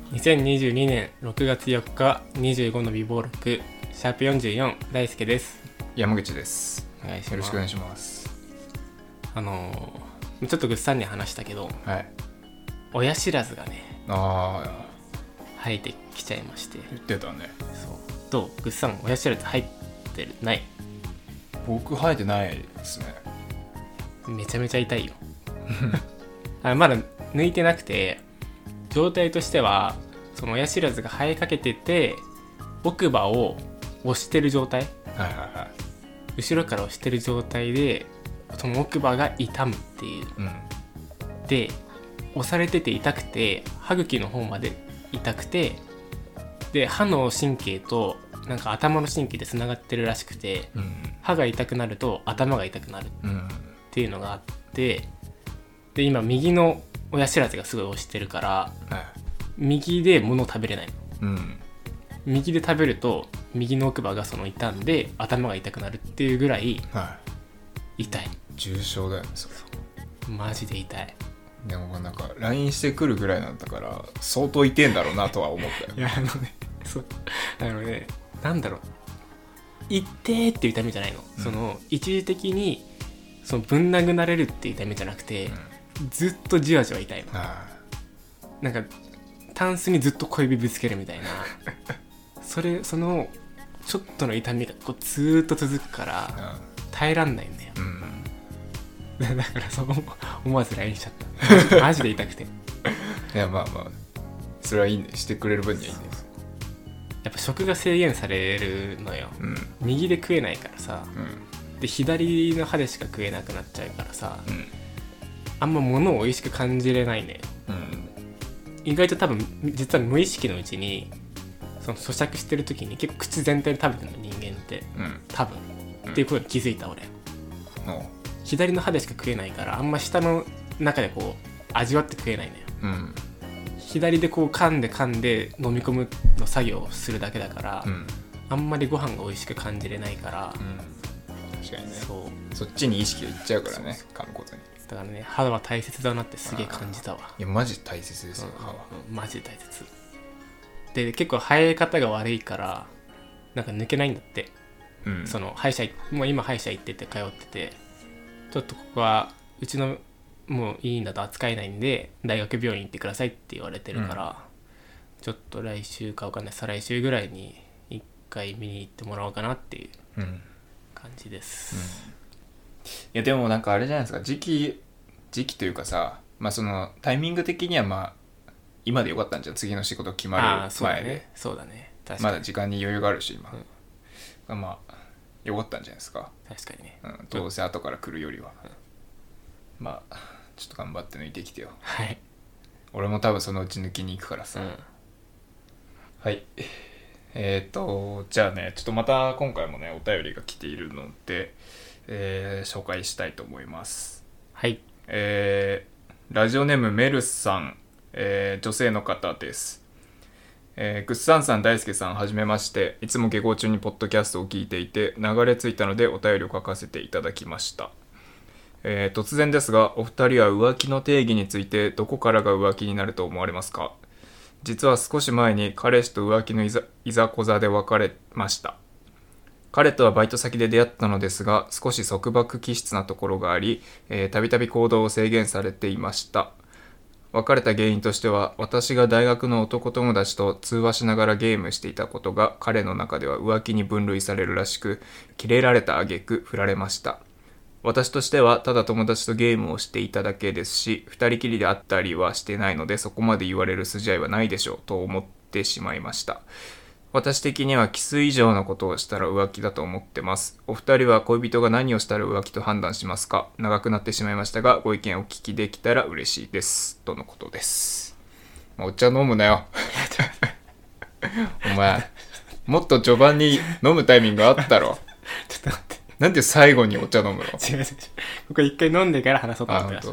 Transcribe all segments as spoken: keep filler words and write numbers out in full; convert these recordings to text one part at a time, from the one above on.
にせんにじゅうにねんろくがつよっかにじゅうごの備忘録シャープよんじゅうよん大輔です。 山口です。 お願いします。 よろしくお願いします。 あのー、ちょっとぐっさんに話したけど、 はい、 親知らずがねあ生えてきちゃいまして。 言ってたね。 そうどうぐっさん親知らず生えてるない？ 僕生えてないですね。 めちゃめちゃ痛いよあまだ抜いてなくて、状態としてはその親知らずが生えかけてて奥歯を押してる状態、 はいはいはい、 後ろから押してる状態でその奥歯が痛むっていう、 うん、 で押されてて痛くて歯茎の方まで痛くて、で歯の神経となんか頭の神経でつながってるらしくて、 うん、 歯が痛くなると頭が痛くなるっていうのがあって、で今右の親知らずがすごい押してるから、はい、右で物を食べれないの、うん、右で食べると右の奥歯がその傷んで頭が痛くなるっていうぐらい痛い、はい、 重症だよねそれ。 マジで痛い。 でもなんか ライン してくるぐらいなんだから相当痛いんだろうなとは思ったよいやあのねそうあのねなんだろう痛てっていう痛みじゃないの、うん、その一時的にそのぶん殴られるっていう痛みじゃなくて、うん、ずっとじわじわ痛いの。なんかタンスにずっと小指ぶつけるみたいなそれそのちょっとの痛みがこうずーっと続くから耐えらんないんだよ、うん、だからそう思わず ライン しちゃったマジで痛くていやまあまあそれはいいね、してくれる分にはいいね。 やっぱ食が制限されるのよ、うん、右で食えないからさ、うん、で左の歯でしか食えなくなっちゃうからさ、うん、あんま物を美味しく感じれないね、うん、意外と多分実は無意識のうちにその咀嚼してる時に結構口全体で食べてるの人間って、うん、多分、うん、っていうことに気づいた俺、うん、左の歯でしか食えないからあんま舌の中でこう味わって食えないのよ、うん、左でこう噛んで噛んで飲み込むの作業をするだけだから、うん、あんまりご飯が美味しく感じれないから、うん、 確かにね。そうそっちに意識がいっちゃうからね、噛むことに。 だからね歯は大切だなってすげえ感じたわ。 いやマジ大切ですよ、うん、歯は、 うん、マジで大切で、結構生え方が悪いからなんか抜けないんだって、うん、その歯医者もう今歯医者行ってて通ってて、ちょっとここはうちのもういいんだと扱えないんで大学病院行ってくださいって言われてるから、うん、ちょっと来週かわかんない再来週ぐらいに一回見に行ってもらおうかなっていう感じです、うんうん、 いやでもなんかあれじゃないですか、時期時期というかさ、まあそのタイミング的にはまあ今でよかったんじゃん、次の仕事決まる前で。あ、 そうだね、そうだね、確かにまだ時間に余裕があるし今、うん、まあよかったんじゃないですか。 確かにね、 うん、どうせ後から来るよりは、うん、まあちょっと頑張って抜いてきてよ。 はい、 俺も多分そのうち抜きに行くからさ、うん、はい。えーとじゃあね、ちょっとまた今回もねお便りが来ているので、えー、紹介したいと思います。 はい。 えー、ラジオネームメルさん、えー、女性の方です。えー、ぐっさんさん、大輔さん、はじめまして。いつも下校中にポッドキャストを聞いていて流れ着いたのでお便りを書かせていただきました。えー、突然ですが、お二人は浮気の定義についてどこからが浮気になると思われますか？実は少し前に彼氏と浮気のいざ、いざこざで別れました。彼とはバイト先で出会ったのですが、少し束縛気質なところがあり、えー、たびたび行動を制限されていました。別れた原因としては、私が大学の男友達と通話しながらゲームしていたことが彼の中では浮気に分類されるらしく、キレられた挙句振られました。私としてはただ友達とゲームをしていただけですし、二人きりで会ったりはしてないので、そこまで言われる筋合いはないでしょうと思ってしまいました。私的にはキス以上のことをしたら浮気だと思ってます。お二人は恋人が何をしたら浮気と判断しますか？長くなってしまいましたが、ご意見をお聞きできたら嬉しいです。とのことです。まあ、お茶飲むなよ。お前、もっと序盤に飲むタイミングあったろ。 ちょっと待って。 なんで最後にお茶飲むの？ 違う違う。ここ一回飲んでから話そうと思ってました。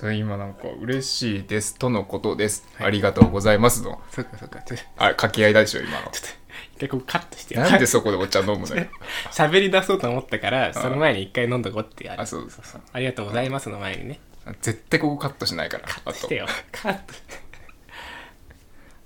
今なんか嬉しいですとのことです、はい、ありがとうございますの。 そっかそっか。 あ、掛け合いだでしょ今の。ちょっと一回ここカットして。 なんでそこでお茶飲むのよ。 喋り出そうと思ったからその前に一回飲んどこうってやる。 あ、そうそうそう。 ありがとうございますの前にね。 絶対ここカットしないから。 カットしてよ。カット。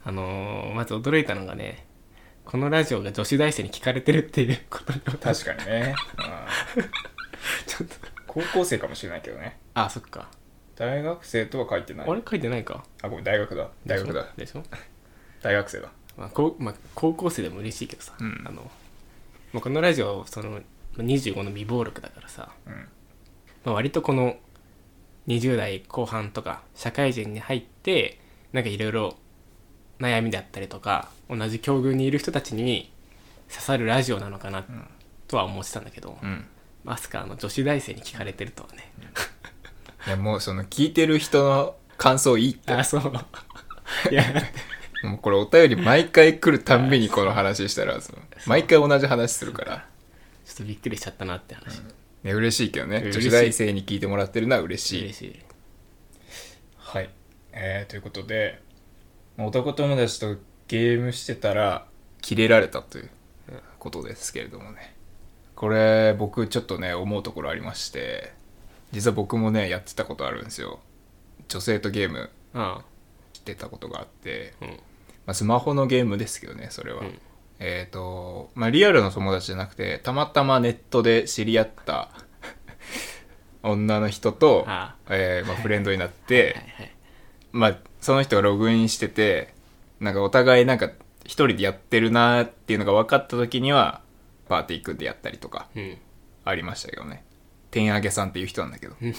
あのー、まず驚いたのがね、このラジオが女子大生に聞かれてるっていうことに。 確かにね、うん、ちょっと高校生かもしれないけどね。 あ、そっか。 大学生とは書いてない。 あれ書いてないか。 あ、ごめん、大学だ大学だでしょ大学生だ。 まあこうまあ、高校生でも嬉しいけどさ、 うん、 あのまあ、このラジオそのにじゅうごの未暴録だからさ、 うん、 まあ、割とこのにじゅう代後半とか社会人に入ってなんかいろいろ悩みだったりとか同じ境遇にいる人たちに刺さるラジオなのかなとは思ってたんだけど、 うん、まさかあの女子大生に聞かれてるとはね、 うん、いやもうその聞いてる人の感想いいって。 あ、そういやもうこれお便り毎回来るたんびにこの話したらその毎回同じ話するからちょっとびっくりしちゃったなって話、うん、 ね、嬉しいけどね、 女子大生に聞いてもらってるのは嬉しい。 嬉しい。 はい、えー、ということで男友達とゲームしてたらキレられたということですけれどもね、これ僕ちょっとね思うところありまして、実は僕もねやってたことあるんですよ。女性とゲームしてたことがあって、うん、まあ、スマホのゲームですけどね、それは、うん、えっ、ー、とまあリアルの友達じゃなくてたまたまネットで知り合った女の人と、ああ、えーまあ、フレンドになってはいはい、はい、まあその人がログインしててなんかお互いなんか一人でやってるなっていうのが分かった時にはパーティー組んでやったりとかありましたけどね、うん、天上げさんっていう人なんだけどで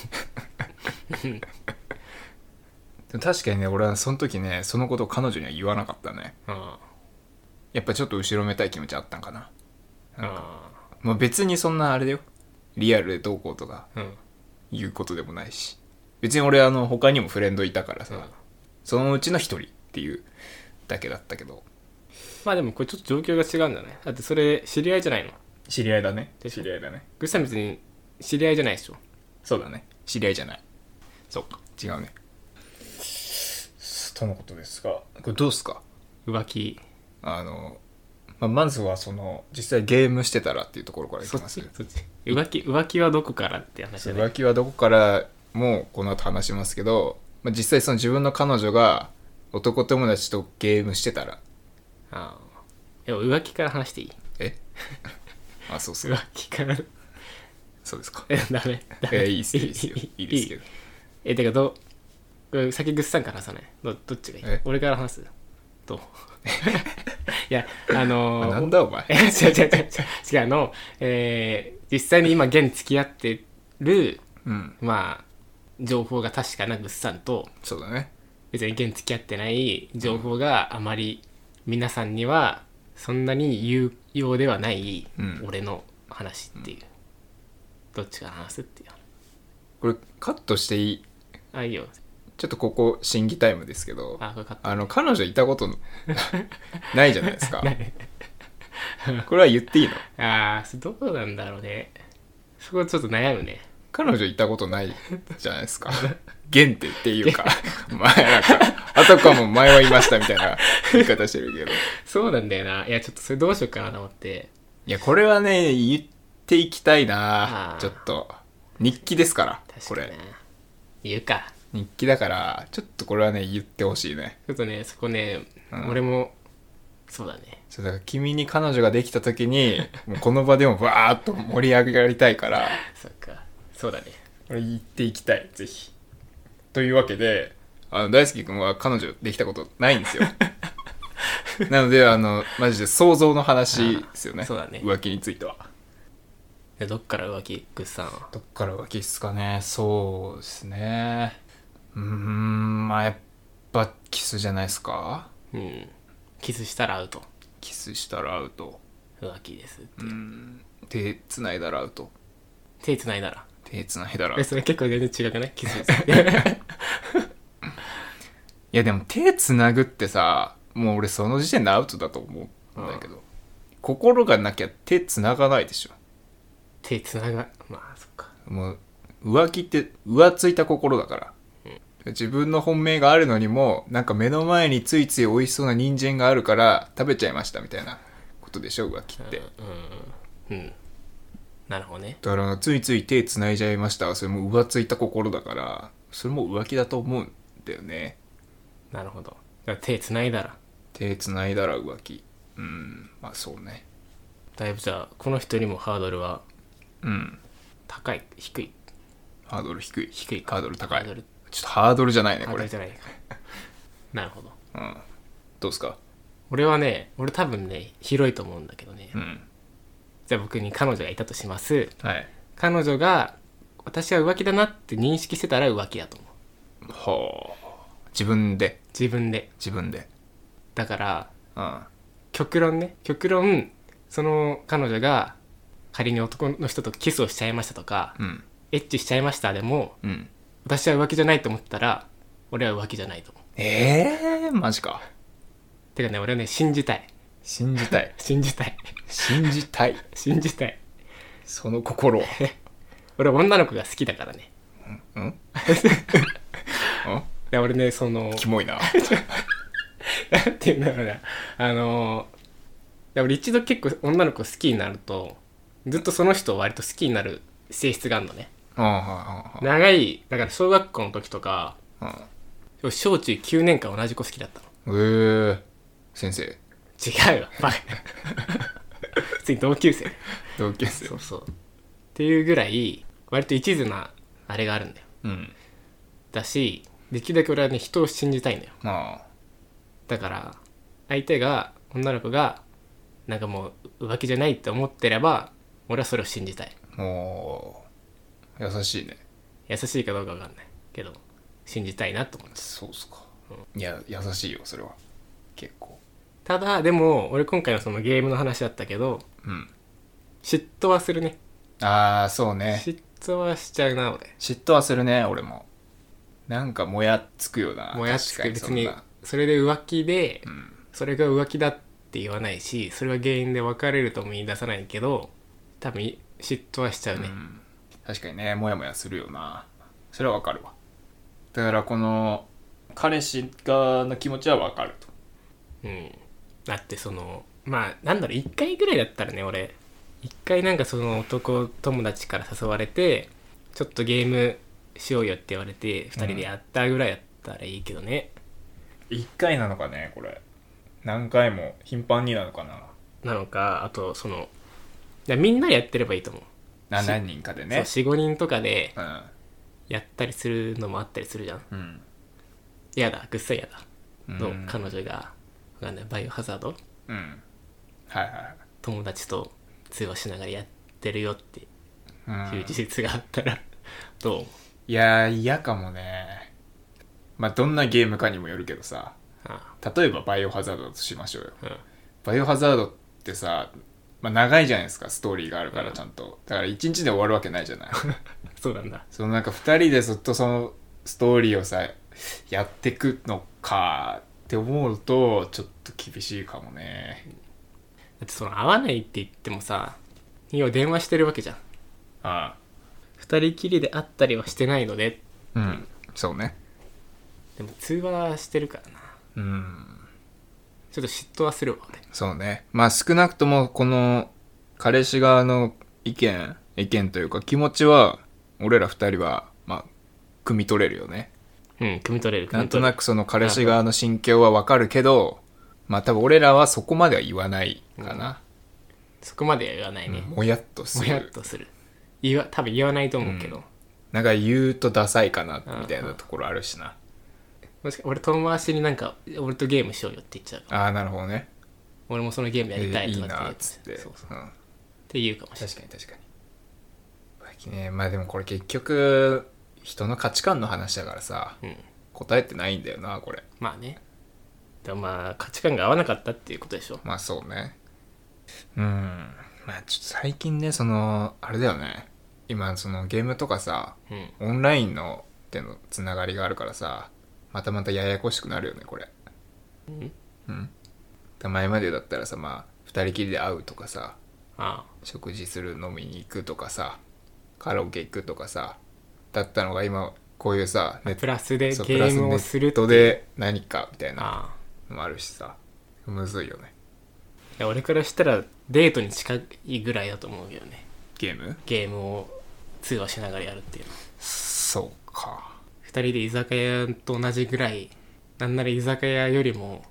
も確かにね俺はその時ねそのことを彼女には言わなかったね、うん、やっぱちょっと後ろめたい気持ちあったんかな。なんか、まあ、別にそんなあれだよ、リアルでどうこうとか言うことでもないし、別に俺あの他にもフレンドいたからさ、うん、そのうちの一人っていうだけだったけど、 まあでもこれちょっと状況が違うんだね。だってそれ知り合いじゃないの。 知り合いだね。知り合いだね。 グッさん別に知り合いじゃないでしょ。 そうだね、知り合いじゃない。そうか、違うねとのことですが、これどうすか浮気。 あの、まあ、まずはその実際ゲームしてたらっていうところからいきます。 そっちそっち浮気浮気はどこからって話だね。 浮気はどこからもこの後話しますけど、まあ、実際その自分の彼女が男友達とゲームしてたら。 ああ、でも浮気から話していい？ えあ、そうっすか。 浮気からそうですか。 え、ダメダメ、 えー、いいっすよいいっすよいいですけど。 え、てかどう先グッさんから話さない？ ど, どっちがいい？俺から話す？どういや、あのー、 なんだお前違う違う違う違う違うあの、えー、実際に今現付き合ってる、うん、まあ情報が確かなグッさんと、 そうだね、 別に現付き合ってない情報があまり皆さんにはそんなに有用ではない俺の話っていう、うん、どっちから話すっていう。 これカットしていい？ あ、いいよ。 ちょっとここ審議タイムですけど、 あ、これカット、 あの彼女いたことないじゃないですかこれは言っていいの？ ああ、どうなんだろうね。そこちょっと悩むね。 彼女いたことないじゃないですか限定っていうか前なんかあたかも前はいましたみたいな言い方してるけどそうなんだよな。いやちょっとそれどうしようかなと思って。 いやこれはね言っていきたいな。ちょっと日記ですからこれ。 言うか。 日記だからちょっとこれはね言ってほしいね。 ちょっとねそこね、うん、俺もそうだね。 そうだから君に彼女ができた時にもうこの場でもわーっと盛り上がりたいからそっか、そうだね、 これ言っていきたいぜひ。というわけであの大輔君は彼女できたことないんですよなのであのマジで想像の話ですよね。 そうだね、 浮気については。 でどっから浮気グッさんは？ どっから浮気っすかね。そうですね、うーん、まあやっぱキスじゃないですか。 うん、キスしたらアウト。 キスしたらアウト。 浮気ですって。 うん、手繋いだらアウト。 手繋いだら手繋いだらアウト。 え、それ結構全然違くないキスいやでも手繋ぐってさ、もう俺その時点でアウトだと思うんだけど、うん、心がなきゃ手繋がないでしょ。 手繋が、まあそっか。 もう浮気って浮ついた心だから、うん、自分の本命があるのにもなんか目の前についつい美味しそうな人参があるから食べちゃいましたみたいなことでしょ浮気って。 うん、うんうん、なるほどね。 だからついつい手繋いじゃいました、それも浮ついた心だからそれも浮気だと思うんだよね。 なるほど。だから手繋いだら手つないだら浮気。うん、まあそうね。 だいぶじゃあこの人にもハードルはうん高い低い。 ハードル低い。 低い。 ハードル高い。 ハードルちょっとハードルじゃないねこれ。 ハードルじゃないなるほど。 うん。どうですか。 俺はね、俺多分ね広いと思うんだけどね、 うん。 じゃあ僕に彼女がいたとします。 はい。 彼女が私は浮気だなって認識してたら浮気だと思う。 はあ。自分で。 自分で。 自分で。 だからうん。 極論ね、極論その彼女が仮に男の人とキスをしちゃいましたとか、 うん。 エッチしちゃいましたでも、 うん。 私は浮気じゃないと思ったら俺は浮気じゃないと思う。 ええー、マジか。 てかね、俺はね信じたい。 信じたい。 信じたい。 信じたい。 信じたい。 その心は。 俺女の子が好きだからね。 うん？うん？ いや俺ね、そのキモいな。 なんていうんだろうな、あのいや俺一度結構女の子好きになるとずっとその人を割と好きになる性質があるのね。 ああ、はいはいはい。 長い、だから小学校の時とかうん、 小中きゅうねんかん同じ子好きだったの。 ええー、先生。 違うよバカ普通に同級生。 同級生。 そうそうっていうぐらい割と一途なあれがあるんだよ。 うん。 だしできるだけ俺はね人を信じたいんだよ。 ああ。 だから相手が女の子がなんかもう浮気じゃないって思ってれば俺はそれを信じたい。 おー、優しいね。 優しいかどうかわかんないけど信じたいなと思って。 そうっすか、うん、いや優しいよそれは結構。 ただでも俺今回のそのゲームの話だったけど、 うん、 嫉妬はするね。 ああそうね。 嫉妬はしちゃうな俺。 嫉妬はするね俺も。なんかもやっつくよな。 もやっつく。別にそそれで浮気で、 うん、 それが浮気だって言わないしそれは原因で別れるとも言い出さないけど多分嫉妬はしちゃうね、うん、 確かにね、もやもやするよな。それはわかるわ。だからこの彼氏側の気持ちはわかると。 うんだってそのまあなんだろういっかいぐらいだったらね、俺いっかいなんかその男友達から誘われてちょっとゲームしようよって言われてふたりでやったぐらいだったらいいけどね、 うん、いっかいなのかねこれ。何回も頻繁になのかな。 なのかあとそのみんなでやってればいいと思う。 な何人かでね。 そう よん,ご 人とかでうんやったりするのもあったりするじゃん。 うん、 やだぐっさいやだ、 うん、 の彼女がわかんないバイオハザード、 うん、はいはいはい。 友達と通話しながらやってるよってうんいう事実があったらどう思う？ いやー嫌かもね。まあどんなゲームかにもよるけどさ、 あ例えばバイオハザードだとしましょうよ、 あ、うん、 バイオハザードってさ、まあ、長いじゃないですかストーリーがあるからちゃんと。だからいちにちで終わるわけないじゃないそうなんだ。 そのなんかふたりでずっとそのストーリーをさやってくのかって思うとちょっと厳しいかもね。 だってその会わないって言ってもさ要は電話してるわけじゃん。 あ二人きりで会ったりはしてないので。 あうんそうね。 でも通話してるからな。 うんちょっと嫉妬はするわ俺。 そうね。まあ少なくともこの彼氏側の意見意見というか気持ちは俺ら二人はまあ汲み取れるよね。 うん、汲み取れる。 なんとなくその彼氏側の心境はわかるけど、まあ多分俺らはそこまでは言わないかな、うん、 そこまでは言わないね、 うん、もやっとする。 もやっとする。言わ多分言わないと思うけど、うん、 なんか言うとダサいかなみたいなところあるしな。 もしか俺友達になんか俺とゲームしようよって言っちゃう。 ああなるほどね。 俺もそのゲームやりたいとかって、 えー、いいなっつって。 そうそう、 うん、 って言うかもしれない。 確かに確かに。ね、まあでもこれ結局人の価値観の話だからさ、うん、答えてないんだよなこれ。 まあね。でもまあ価値観が合わなかったっていうことでしょ。 まあそうね。うん。まあちょっと最近ねそのあれだよね。今そのゲームとかさ、うん、オンラインのでのつながりがあるからさ、またまたややこしくなるよねこれ。 うんうん前までだったらさ、まあ二人きりで会うとかさ、 ああ食事する飲みに行くとかさカラオケ行くとかさだったのが今こういうさプラスでゲームをするってネットで何かみたいなのもあるしさ、むずいよね。 いや俺からしたらデートに近いぐらいだと思うけどね。 ゲームゲームを通話しながらやるっていうの。 そうか。 二人で居酒屋と同じぐらい、なんなら居酒屋よりも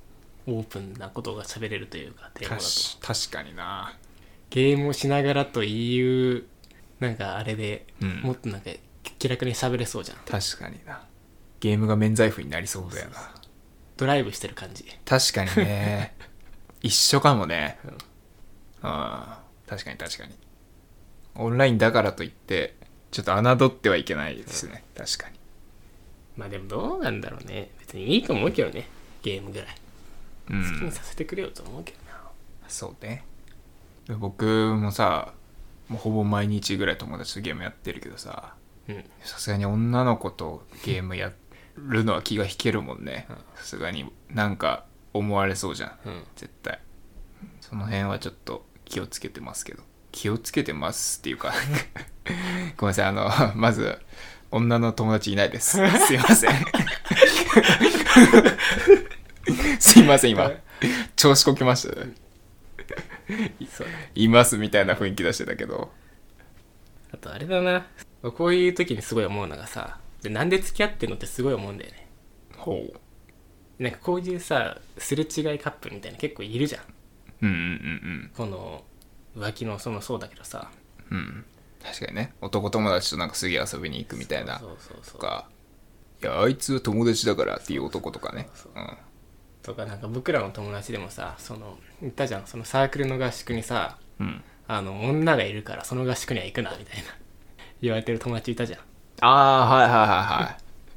オープンなことが喋れるというかテーマだと。 確かにな。 ゲームをしながらというなんかあれで、うん、もっとなんか気楽に喋れそうじゃん。 確かにな。ゲームが免罪符になりそうだよな。そうそうそう、 ドライブしてる感じ。 確かにね一緒かもね、うん、あ確かに確かに。オンラインだからといってちょっと侮ってはいけないですね、うん、確かに。 まあでもどうなんだろうね。別にいいと思うけどね、ゲームぐらい、うん、好きにさせてくれよと思うけどな。 そうね。僕もさもうほぼ毎日ぐらい友達とゲームやってるけどさ、さすがに女の子とゲームやるのは気が引けるもんね。さすがになんか思われそうじゃん、うん、絶対。その辺はちょっと気をつけてますけど。気をつけてますっていうかごめんなさい、あのまず女の友達いないですすいませんすいません、今調子こきましたねいますみたいな雰囲気出してたけど。 あとあれだな、こういう時にすごい思うのがさ、でなんで付き合ってんのってすごい思うんだよね。 ほう。なんかこういうさすれ違いカップルみたいな結構いるじゃん。 うんうんうんうん。 この浮気のそのそうだけどさ、 うん、確かにね。男友達となんかすげえ遊びに行くみたいな。 そうそうそうそう。 とか、いやあいつは友達だからっていう男とかね。そうそう、うん、 とかなんか僕らの友達でもさ、その言ったじゃん、そのサークルの合宿にさ、うん、あの女がいるからその合宿には行くなみたいな言われてる友達いたじゃん。 ああはいはいはいはい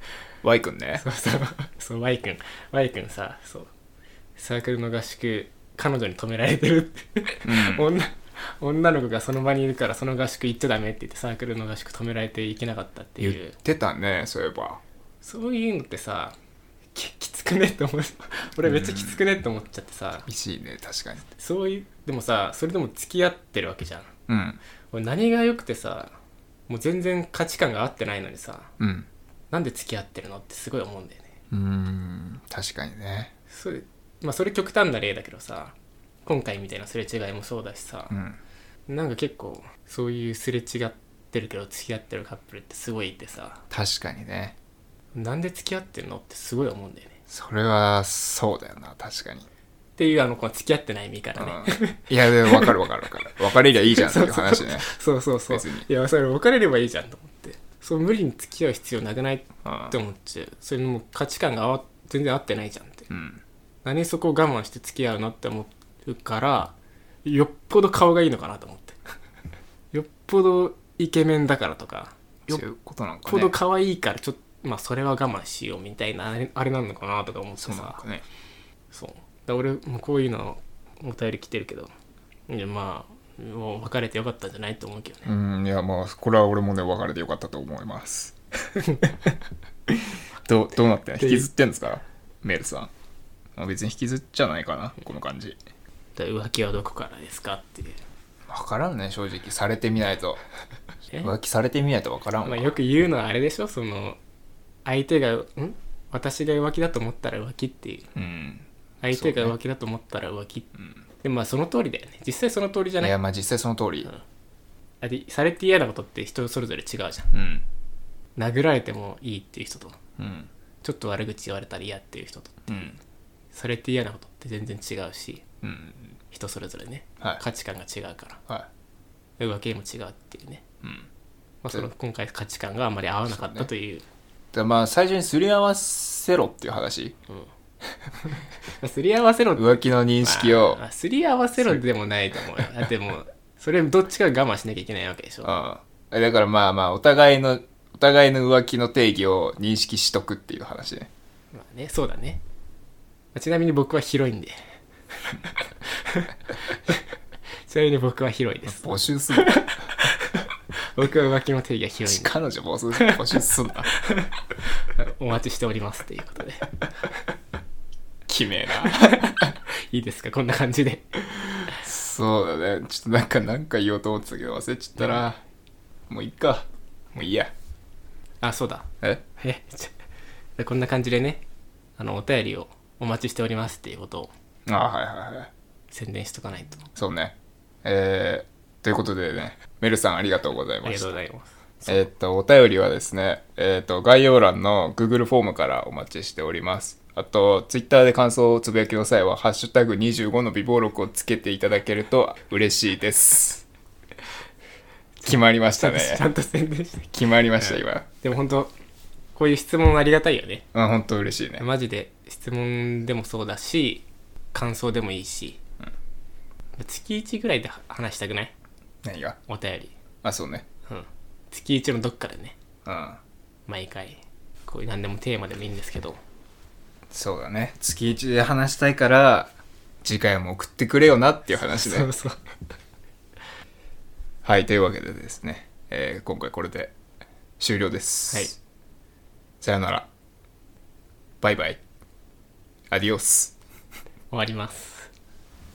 Y 君ね。 そうそうそう Y 君 Y 君さ、そうサークルの合宿彼女に止められてるって、うん、女, 女の子がその場にいるからその合宿行っちゃダメって言ってサークルの合宿止められて行けなかったっていう。 言ってたね、そういえば。 そういうのってさ き, きつくねって思う俺めっちゃきつくねって思っちゃってさ、 厳しいね確かに。 そういうでもさそれでも付き合ってるわけじゃん、 うん、 俺何が良くてさ、もう全然価値観が合ってないのにさ、うん、なんで付き合ってるのってすごい思うんだよね。 うーん確かにね。 それまあそれ極端な例だけどさ、今回みたいなすれ違いもそうだしさ、うん、なんか結構そういうすれ違ってるけど付き合ってるカップルってすごいいてさ、 確かにね。 なんで付き合ってるのってすごい思うんだよね。 それはそうだよな確かに。 っていうあのこの付き合ってない身からね、 うん、いやでも分かる分かる分かる別れりゃいいじゃんっていう話ねそうそうそう、別にいやそれ別れればいいじゃんと思って、そう無理に付き合う必要なくないって思っちゃう。それも価値観が合わ全然合ってないじゃんって、うん、何そこを我慢して付き合うのって思うから、よっぽど顔がいいのかなと思ってよっぽどイケメンだからとか、 よっぽど可愛いからちょっとまあそれは我慢しようみたいなあれなのかなとか思ってさ、 そうなんかね。 そうだ俺もこういうのお便り来てるけど、いやまあもう別れてよかったんじゃないと思うけどね。 うんいやまあこれは俺もね別れてよかったと思いますど, どうなってんの、引きずってんですかメールさん。まあ、別に引きずっちゃないかなこの感じ。 浮気はどこからですかっていう。 分からんね正直、されてみないと浮気されてみないと分からんわ、 まあ、よく言うのはあれでしょ、その相手がん私が浮気だと思ったら浮気っていう、うん、相手が浮気だと思ったら浮気、うん、でもまあその通りだよね。実際その通りじゃない。 いやまあ実際その通り、うん、 あでされて嫌なことって人それぞれ違うじゃん、うん、殴られてもいいっていう人と、うん、ちょっと悪口言われたら嫌っていう人と、うん、されて嫌なことって全然違うし、うん、人それぞれね、はい、価値観が違うから、はい、浮気も違うっていうね、うんまあ、その今回価値観があんまり合わなかったという。 でまあ最初にすり合わせろっていう話、 うん、すり合わせろ浮気の認識を、 まあ、すり合わせろでもないと思うよ。だってもうそれどっちかが我慢しなきゃいけないわけでしょ。 ああだからまあまあお互いのお互いの浮気の定義を認識しとくっていう話ね。 まあねそうだね。ちなみに僕は広いんでちなみに僕は広いです。 募集する僕は浮気の定義が広いんで彼女募集募集すんなお待ちしておりますっていうことできめえないいですかこんな感じで。 そうだね、ちょっとなんかなんか言おうと思ってたけど忘れちゃったら、うん、もういいかもういいや。 あそうだええちこんな感じでね、あのお便りをお待ちしておりますっていうことをあはいはいはい宣伝しとかないと。 そうね。えー、ということでね、メルさんありがとうございました。 ありがとうございます。 えー、っとお便りはですね、えー、っと概要欄の Google フォームからお待ちしております。 あとツイッターで感想をつぶやきの際はハッシュタグにじゅうごの備忘録をつけていただけると嬉しいです決まりましたね。 ちゃんと宣伝して決まりました今。 でも本当こういう質問ありがたいよね。 あ、本当嬉しいね。 マジで質問でもそうだし感想でもいいし、うん、月いちぐらいで話したくない？ 何が？ お便り。 あ、そうね、 うん、月いちのどっかでね、 うん、 毎回こういう何でもテーマでもいいんですけど。 そうだね、月いちで話したいから次回も送ってくれよなっていう話でそうそうはい、というわけでですね、えー、今回これで終了です。はい、さよなら、バイバイ、アディオス。 終わります。